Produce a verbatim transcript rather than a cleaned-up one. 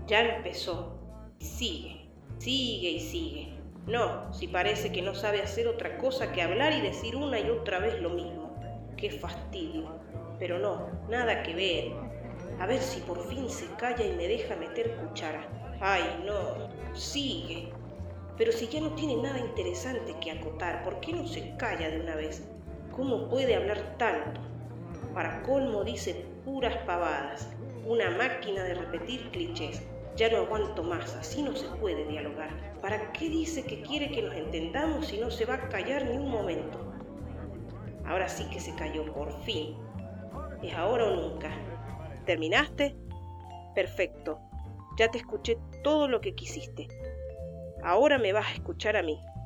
Ya empezó. Sigue, sigue y sigue. No, si parece que no sabe hacer otra cosa que hablar y decir una y otra vez lo mismo. ¡Qué fastidio! Pero no, nada que ver. A ver si por fin se calla y me deja meter cuchara. ¡Ay, no! Sigue. Pero si ya no tiene nada interesante que acotar, ¿por qué no se calla de una vez? ¿Cómo puede hablar tanto? Para colmo dice puras pavadas. Una máquina de repetir clichés. Ya no aguanto más, así no se puede dialogar. ¿Para qué dice que quiere que nos entendamos si no se va a callar ni un momento? Ahora sí que se calló, por fin. Es ahora o nunca. ¿Terminaste? Perfecto. Ya te escuché todo lo que quisiste. Ahora me vas a escuchar a mí.